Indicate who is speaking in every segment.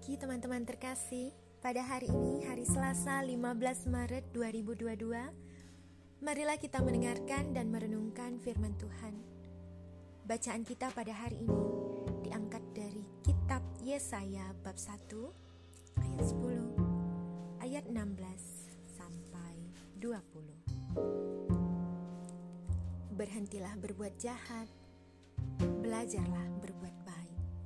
Speaker 1: pagi teman-teman terkasih. Pada hari ini, hari Selasa 15 Maret 2022, marilah kita mendengarkan dan merenungkan firman Tuhan. Bacaan kita pada hari ini diangkat dari kitab Yesaya bab 1 ayat 10, ayat 16 sampai 20. Berhentilah berbuat jahat, belajarlah berbuat baik.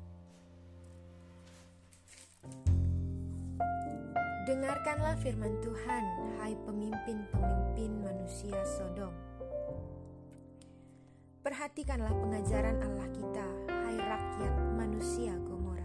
Speaker 1: Dengarkanlah firman Tuhan, hai pemimpin-pemimpin manusia Sodom. Perhatikanlah pengajaran Allah kita, hai rakyat manusia Gomora.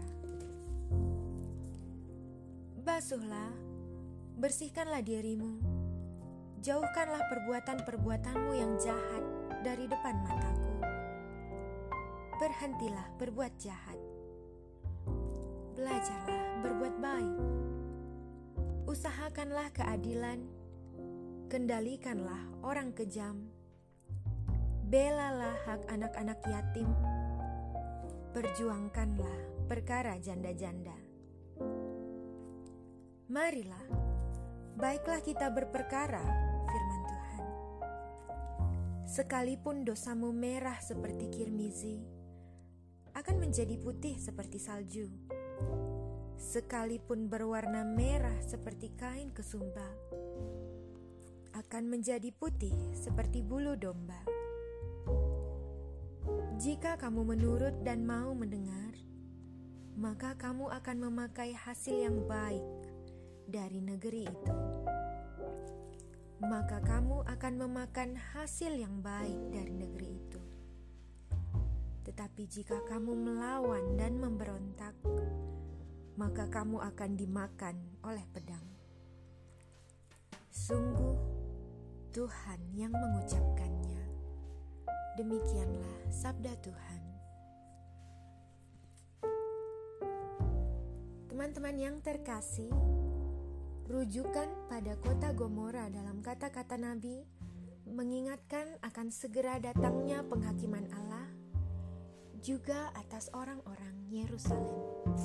Speaker 1: Basuhlah, bersihkanlah dirimu, jauhkanlah perbuatan-perbuatanmu yang jahat dari depan mataku. Berhentilah berbuat jahat, belajarlah berbuat baik. Usahakanlah keadilan, kendalikanlah orang kejam, belalah hak anak-anak yatim, perjuangkanlah perkara janda-janda. Marilah, baiklah kita berperkara, firman Tuhan. Sekalipun dosamu merah seperti kirmizi, akan menjadi putih seperti salju. Sekalipun berwarna merah seperti kain kesumba, akan menjadi putih seperti bulu domba. Jika kamu menurut dan mau mendengar, maka kamu akan memakai hasil yang baik dari negeri itu. Maka kamu akan memakan hasil yang baik dari negeri itu. Tetapi jika kamu melawan dan memberontak, maka kamu akan dimakan oleh pedang. Sungguh Tuhan yang mengucapkannya. Demikianlah sabda Tuhan. Teman-teman yang terkasih, rujukan pada kota Gomora dalam kata-kata Nabi mengingatkan akan segera datangnya penghakiman Allah juga atas orang-orang Yerusalem.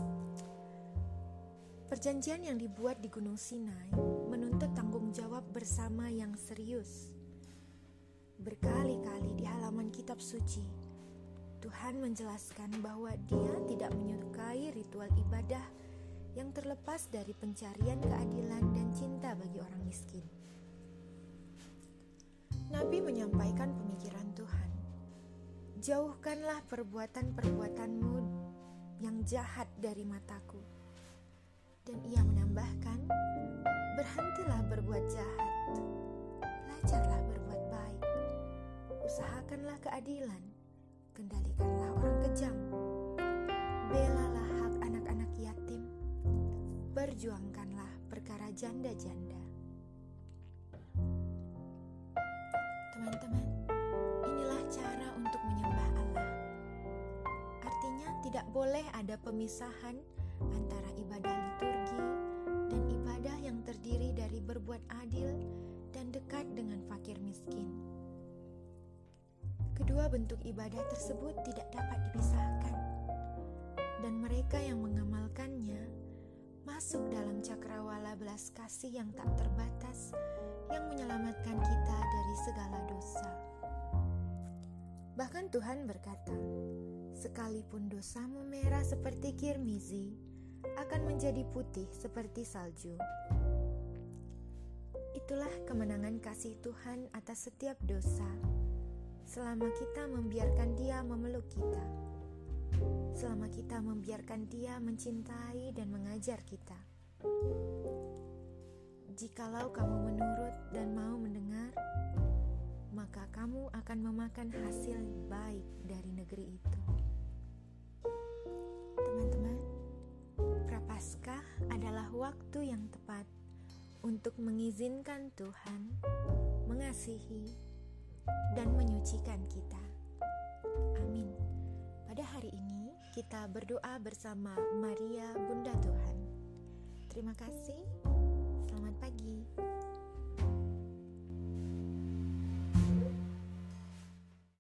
Speaker 1: Perjanjian yang dibuat di Gunung Sinai menuntut tanggung jawab bersama yang serius. Berkali-kali di halaman kitab suci, Tuhan menjelaskan bahwa Dia tidak menyukai ritual ibadah yang terlepas dari pencarian keadilan dan cinta bagi orang miskin. Nabi menyampaikan pemikiran Tuhan. Jauhkanlah perbuatan-perbuatanmu yang jahat dari mataku. Dan ia menambahkan, berhentilah berbuat jahat, belajarlah berbuat baik, usahakanlah keadilan, kendalikanlah orang kejam, belalah hak anak-anak yatim, berjuangkanlah perkara janda-janda. Teman-teman, inilah cara untuk menyembah Allah. Artinya tidak boleh ada pemisahan antara ibadah liturgi dan ibadah yang terdiri dari berbuat adil dan dekat dengan fakir miskin. Kedua bentuk ibadah tersebut tidak dapat dipisahkan, dan mereka yang mengamalkannya masuk dalam cakrawala belas kasih yang tak terbatas yang menyelamatkan kita dari segala dosa. Bahkan Tuhan berkata, sekalipun dosamu merah seperti kirmizi, akan menjadi putih seperti salju. Itulah kemenangan kasih Tuhan atas setiap dosa, selama kita membiarkan Dia memeluk kita, selama kita membiarkan Dia mencintai dan mengajar kita. Jikalau kamu menurut dan mau mendengar, maka kamu akan memakan hasil baik dari negeri itu. Teman-teman, Prapaskah adalah waktu yang tepat untuk mengizinkan Tuhan mengasihi dan menyucikan kita. Amin. Pada hari ini kita berdoa bersama Maria Bunda Tuhan. Terima kasih. Selamat pagi.